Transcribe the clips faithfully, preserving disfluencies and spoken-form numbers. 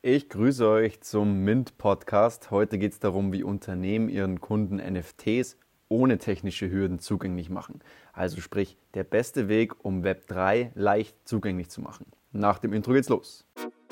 Ich grüße euch zum Mint-Podcast. Heute geht es darum, wie Unternehmen ihren Kunden N F Ts ohne technische Hürden zugänglich machen. Also sprich, der beste Weg, um Web drei leicht zugänglich zu machen. Nach dem Intro geht's los.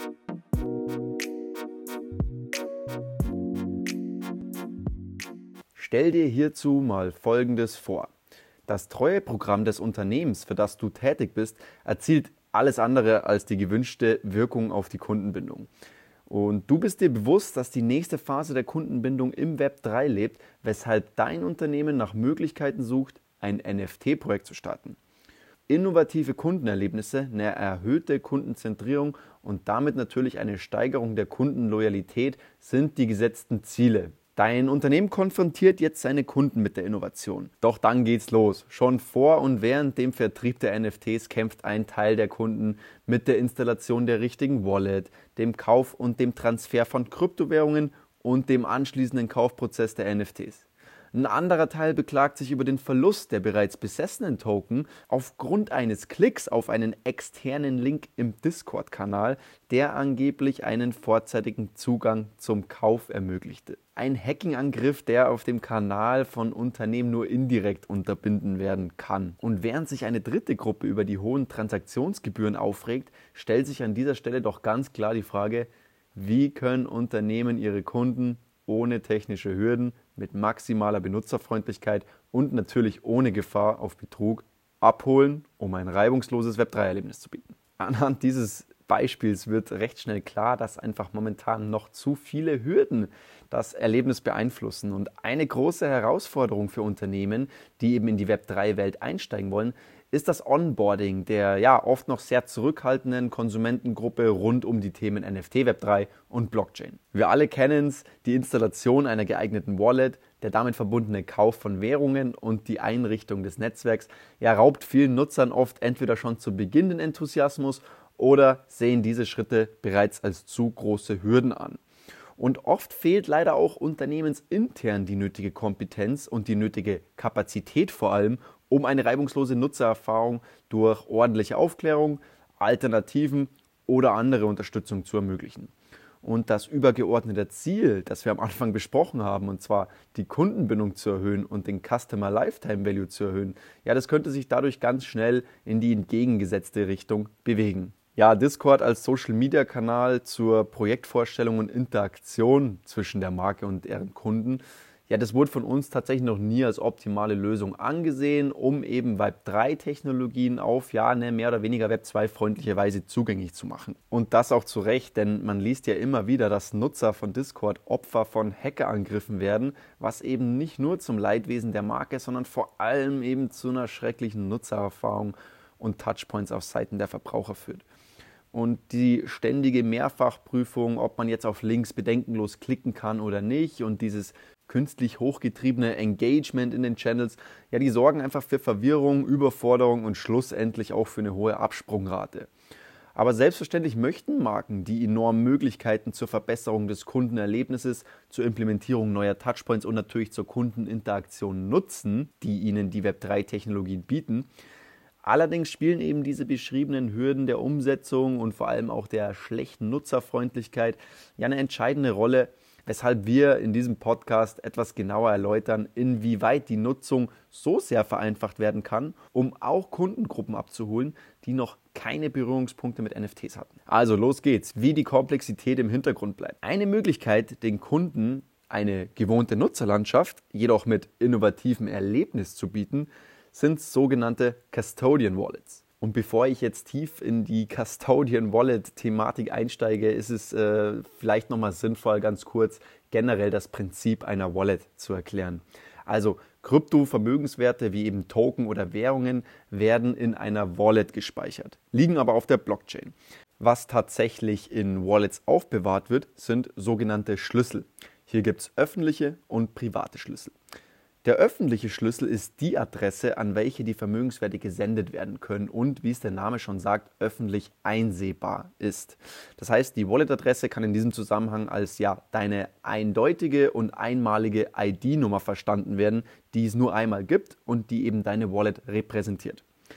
Stell dir hierzu mal Folgendes vor. Das Treueprogramm des Unternehmens, für das du tätig bist, erzielt alles andere als die gewünschte Wirkung auf die Kundenbindung. Und du bist dir bewusst, dass die nächste Phase der Kundenbindung im Web drei lebt, weshalb dein Unternehmen nach Möglichkeiten sucht, ein N F T-Projekt zu starten. Innovative Kundenerlebnisse, eine erhöhte Kundenzentrierung und damit natürlich eine Steigerung der Kundenloyalität sind die gesetzten Ziele. Dein Unternehmen konfrontiert jetzt seine Kunden mit der Innovation. Doch dann geht's los. Schon vor und während dem Vertrieb der N F Ts kämpft ein Teil der Kunden mit der Installation der richtigen Wallet, dem Kauf und dem Transfer von Kryptowährungen und dem anschließenden Kaufprozess der N F Ts. Ein anderer Teil beklagt sich über den Verlust der bereits besessenen Token aufgrund eines Klicks auf einen externen Link im Discord-Kanal, der angeblich einen vorzeitigen Zugang zum Kauf ermöglichte. Ein Hacking-Angriff, der auf dem Kanal von Unternehmen nur indirekt unterbinden werden kann. Und während sich eine dritte Gruppe über die hohen Transaktionsgebühren aufregt, stellt sich an dieser Stelle doch ganz klar die Frage, wie können Unternehmen ihre Kunden ohne technische Hürden, mit maximaler Benutzerfreundlichkeit und natürlich ohne Gefahr auf Betrug abholen, um ein reibungsloses Web drei Erlebnis zu bieten. Anhand dieses Beispiels wird recht schnell klar, dass einfach momentan noch zu viele Hürden das Erlebnis beeinflussen. Und eine große Herausforderung für Unternehmen, die eben in die Web drei Welt einsteigen wollen, ist das Onboarding der ja oft noch sehr zurückhaltenden Konsumentengruppe rund um die Themen N F T, Web drei und Blockchain. Wir alle kennen es, die Installation einer geeigneten Wallet, der damit verbundene Kauf von Währungen und die Einrichtung des Netzwerks ja, raubt vielen Nutzern oft entweder schon zu Beginn den Enthusiasmus oder sehen diese Schritte bereits als zu große Hürden an. Und oft fehlt leider auch unternehmensintern die nötige Kompetenz und die nötige Kapazität vor allem, um eine reibungslose Nutzererfahrung durch ordentliche Aufklärung, Alternativen oder andere Unterstützung zu ermöglichen. Und das übergeordnete Ziel, das wir am Anfang besprochen haben, und zwar die Kundenbindung zu erhöhen und den Customer Lifetime Value zu erhöhen, ja, das könnte sich dadurch ganz schnell in die entgegengesetzte Richtung bewegen. Ja, Discord als Social-Media-Kanal zur Projektvorstellung und Interaktion zwischen der Marke und deren Kunden, ja, das wurde von uns tatsächlich noch nie als optimale Lösung angesehen, um eben Web drei Technologien auf, ja, eine mehr oder weniger Web zwei freundliche Weise zugänglich zu machen. Und das auch zu Recht, denn man liest ja immer wieder, dass Nutzer von Discord Opfer von Hackerangriffen werden, was eben nicht nur zum Leidwesen der Marke, sondern vor allem eben zu einer schrecklichen Nutzererfahrung und Touchpoints auf Seiten der Verbraucher führt. Und die ständige Mehrfachprüfung, ob man jetzt auf Links bedenkenlos klicken kann oder nicht, und dieses künstlich hochgetriebene Engagement in den Channels, ja, die sorgen einfach für Verwirrung, Überforderung und schlussendlich auch für eine hohe Absprungrate. Aber selbstverständlich möchten Marken die enormen Möglichkeiten zur Verbesserung des Kundenerlebnisses, zur Implementierung neuer Touchpoints und natürlich zur Kundeninteraktion nutzen, die ihnen die Web drei Technologien bieten. Allerdings spielen eben diese beschriebenen Hürden der Umsetzung und vor allem auch der schlechten Nutzerfreundlichkeit ja eine entscheidende Rolle, weshalb wir in diesem Podcast etwas genauer erläutern, inwieweit die Nutzung so sehr vereinfacht werden kann, um auch Kundengruppen abzuholen, die noch keine Berührungspunkte mit N F Ts hatten. Also los geht's, wie die Komplexität im Hintergrund bleibt. Eine Möglichkeit, den Kunden eine gewohnte Nutzerlandschaft, jedoch mit innovativem Erlebnis zu bieten, sind sogenannte Custodian Wallets. Und bevor ich jetzt tief in die Custodian Wallet-Thematik einsteige, ist es äh, vielleicht nochmal sinnvoll, ganz kurz generell das Prinzip einer Wallet zu erklären. Also Krypto-Vermögenswerte wie eben Token oder Währungen werden in einer Wallet gespeichert, liegen aber auf der Blockchain. Was tatsächlich in Wallets aufbewahrt wird, sind sogenannte Schlüssel. Hier gibt es öffentliche und private Schlüssel. Der öffentliche Schlüssel ist die Adresse, an welche die Vermögenswerte gesendet werden können und, wie es der Name schon sagt, öffentlich einsehbar ist. Das heißt, die Wallet-Adresse kann in diesem Zusammenhang als ja deine eindeutige und einmalige I D-Nummer verstanden werden, die es nur einmal gibt und die eben deine Wallet repräsentiert.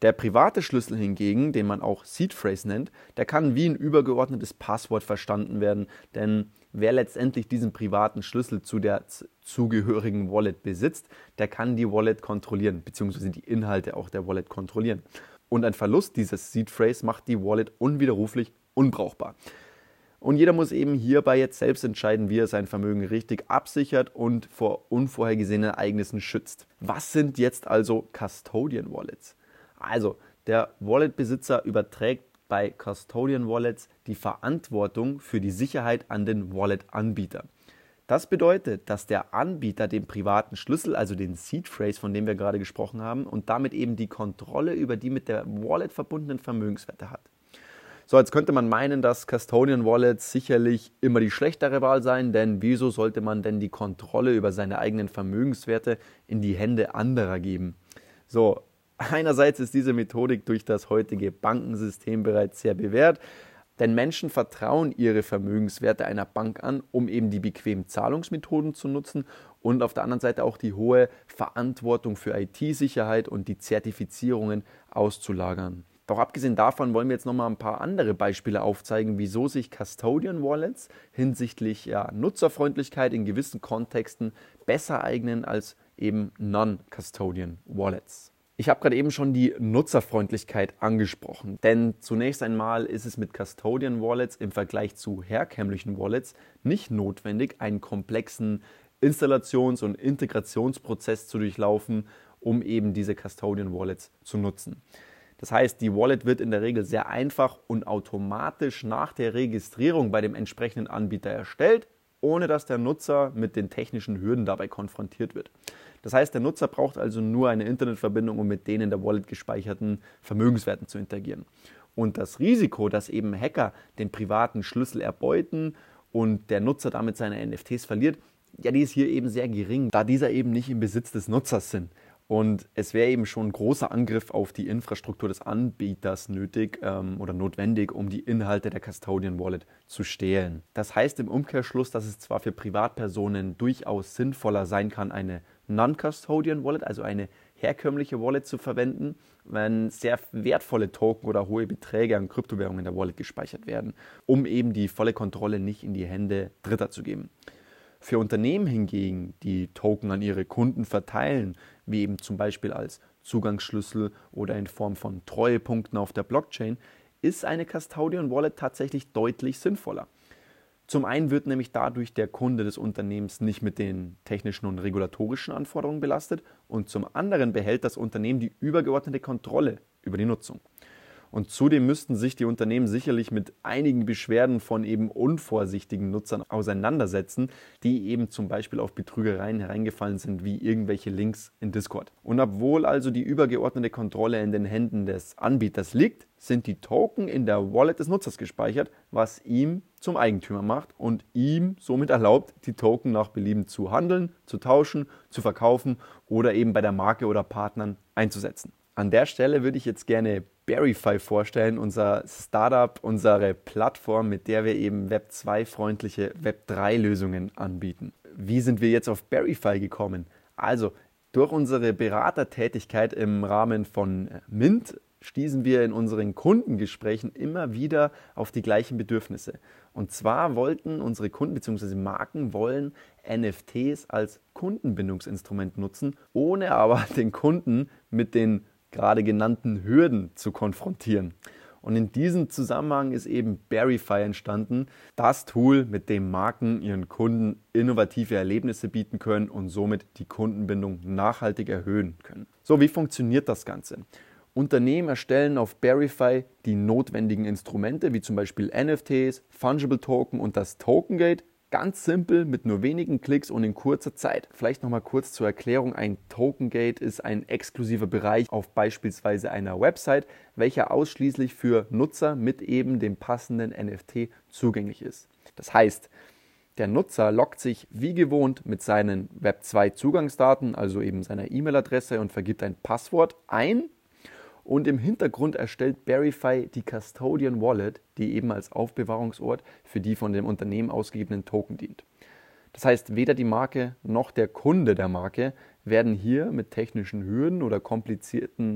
Der private Schlüssel hingegen, den man auch Seed Phrase nennt, der kann wie ein übergeordnetes Passwort verstanden werden, denn wer letztendlich diesen privaten Schlüssel zu der zugehörigen Wallet besitzt, der kann die Wallet kontrollieren, beziehungsweise die Inhalte auch der Wallet kontrollieren. Und ein Verlust dieses Seed Phrase macht die Wallet unwiderruflich unbrauchbar. Und jeder muss eben hierbei jetzt selbst entscheiden, wie er sein Vermögen richtig absichert und vor unvorhergesehenen Ereignissen schützt. Was sind jetzt also Custodian Wallets? Also, der Wallet-Besitzer überträgt bei Custodian Wallets die Verantwortung für die Sicherheit an den Wallet-Anbieter. Das bedeutet, dass der Anbieter den privaten Schlüssel, also den Seed Phrase, von dem wir gerade gesprochen haben, und damit eben die Kontrolle über die mit der Wallet verbundenen Vermögenswerte hat. So, jetzt könnte man meinen, dass Custodian Wallets sicherlich immer die schlechtere Wahl seien, denn wieso sollte man denn die Kontrolle über seine eigenen Vermögenswerte in die Hände anderer geben? So, einerseits ist diese Methodik durch das heutige Bankensystem bereits sehr bewährt, denn Menschen vertrauen ihre Vermögenswerte einer Bank an, um eben die bequemen Zahlungsmethoden zu nutzen und auf der anderen Seite auch die hohe Verantwortung für I T-Sicherheit und die Zertifizierungen auszulagern. Doch abgesehen davon wollen wir jetzt nochmal ein paar andere Beispiele aufzeigen, wieso sich Custodian Wallets hinsichtlich ja, Nutzerfreundlichkeit in gewissen Kontexten besser eignen als eben Non-Custodian Wallets. Ich habe gerade eben schon die Nutzerfreundlichkeit angesprochen, denn zunächst einmal ist es mit Custodian Wallets im Vergleich zu herkömmlichen Wallets nicht notwendig, einen komplexen Installations- und Integrationsprozess zu durchlaufen, um eben diese Custodian Wallets zu nutzen. Das heißt, die Wallet wird in der Regel sehr einfach und automatisch nach der Registrierung bei dem entsprechenden Anbieter erstellt, ohne dass der Nutzer mit den technischen Hürden dabei konfrontiert wird. Das heißt, der Nutzer braucht also nur eine Internetverbindung, um mit den in der Wallet gespeicherten Vermögenswerten zu interagieren. Und das Risiko, dass eben Hacker den privaten Schlüssel erbeuten und der Nutzer damit seine N F Ts verliert, ja, die ist hier eben sehr gering, da dieser eben nicht im Besitz des Nutzers sind. Und es wäre eben schon ein großer Angriff auf die Infrastruktur des Anbieters nötig ähm, oder notwendig, um die Inhalte der Custodian Wallet zu stehlen. Das heißt im Umkehrschluss, dass es zwar für Privatpersonen durchaus sinnvoller sein kann, eine Non-Custodian Wallet, also eine herkömmliche Wallet zu verwenden, wenn sehr wertvolle Token oder hohe Beträge an Kryptowährungen in der Wallet gespeichert werden, um eben die volle Kontrolle nicht in die Hände Dritter zu geben. Für Unternehmen hingegen, die Token an ihre Kunden verteilen, wie eben zum Beispiel als Zugangsschlüssel oder in Form von Treuepunkten auf der Blockchain, ist eine Custodian Wallet tatsächlich deutlich sinnvoller. Zum einen wird nämlich dadurch der Kunde des Unternehmens nicht mit den technischen und regulatorischen Anforderungen belastet und zum anderen behält das Unternehmen die übergeordnete Kontrolle über die Nutzung. Und zudem müssten sich die Unternehmen sicherlich mit einigen Beschwerden von eben unvorsichtigen Nutzern auseinandersetzen, die eben zum Beispiel auf Betrügereien hereingefallen sind, wie irgendwelche Links in Discord. Und obwohl also die übergeordnete Kontrolle in den Händen des Anbieters liegt, sind die Token in der Wallet des Nutzers gespeichert, was ihm zum Eigentümer macht und ihm somit erlaubt, die Token nach Belieben zu handeln, zu tauschen, zu verkaufen oder eben bei der Marke oder Partnern einzusetzen. An der Stelle würde ich jetzt gerne Berify vorstellen, unser Startup, unsere Plattform, mit der wir eben Web zwei freundliche Web drei Lösungen anbieten. Wie sind wir jetzt auf Berify gekommen? Also, durch unsere Beratertätigkeit im Rahmen von Mint stießen wir in unseren Kundengesprächen immer wieder auf die gleichen Bedürfnisse. Und zwar wollten unsere Kunden bzw. Marken wollen N F Ts als Kundenbindungsinstrument nutzen, ohne aber den Kunden mit den gerade genannten Hürden zu konfrontieren. Und in diesem Zusammenhang ist eben Berify entstanden, das Tool, mit dem Marken ihren Kunden innovative Erlebnisse bieten können und somit die Kundenbindung nachhaltig erhöhen können. So, wie funktioniert das Ganze? Unternehmen erstellen auf Berify die notwendigen Instrumente, wie zum Beispiel N F Ts, Fungible Token und das Tokengate, ganz simpel mit nur wenigen Klicks und in kurzer Zeit. Vielleicht nochmal kurz zur Erklärung, ein Tokengate ist ein exklusiver Bereich auf beispielsweise einer Website, welcher ausschließlich für Nutzer mit eben dem passenden N F T zugänglich ist. Das heißt, der Nutzer loggt sich wie gewohnt mit seinen Web zwei Zugangsdaten, also eben seiner E-Mail-Adresse und vergibt ein Passwort ein. Und im Hintergrund erstellt Berify die Custodian Wallet, die eben als Aufbewahrungsort für die von dem Unternehmen ausgegebenen Token dient. Das heißt, weder die Marke noch der Kunde der Marke werden hier mit technischen Hürden oder komplizierten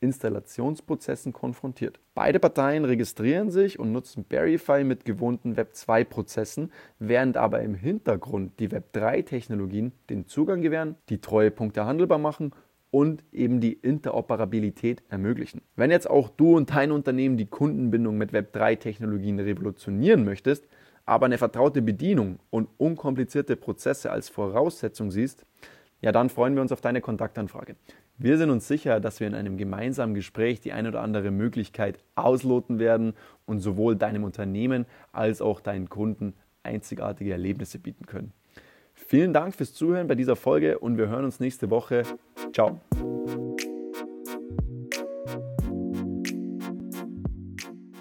Installationsprozessen konfrontiert. Beide Parteien registrieren sich und nutzen Berify mit gewohnten Web zwei Prozessen, während aber im Hintergrund die Web drei Technologien den Zugang gewähren, die Treuepunkte handelbar machen und eben die Interoperabilität ermöglichen. Wenn jetzt auch du und dein Unternehmen die Kundenbindung mit Web drei Technologien revolutionieren möchtest, aber eine vertraute Bedienung und unkomplizierte Prozesse als Voraussetzung siehst, ja, dann freuen wir uns auf deine Kontaktanfrage. Wir sind uns sicher, dass wir in einem gemeinsamen Gespräch die eine oder andere Möglichkeit ausloten werden und sowohl deinem Unternehmen als auch deinen Kunden einzigartige Erlebnisse bieten können. Vielen Dank fürs Zuhören bei dieser Folge und wir hören uns nächste Woche. Ciao.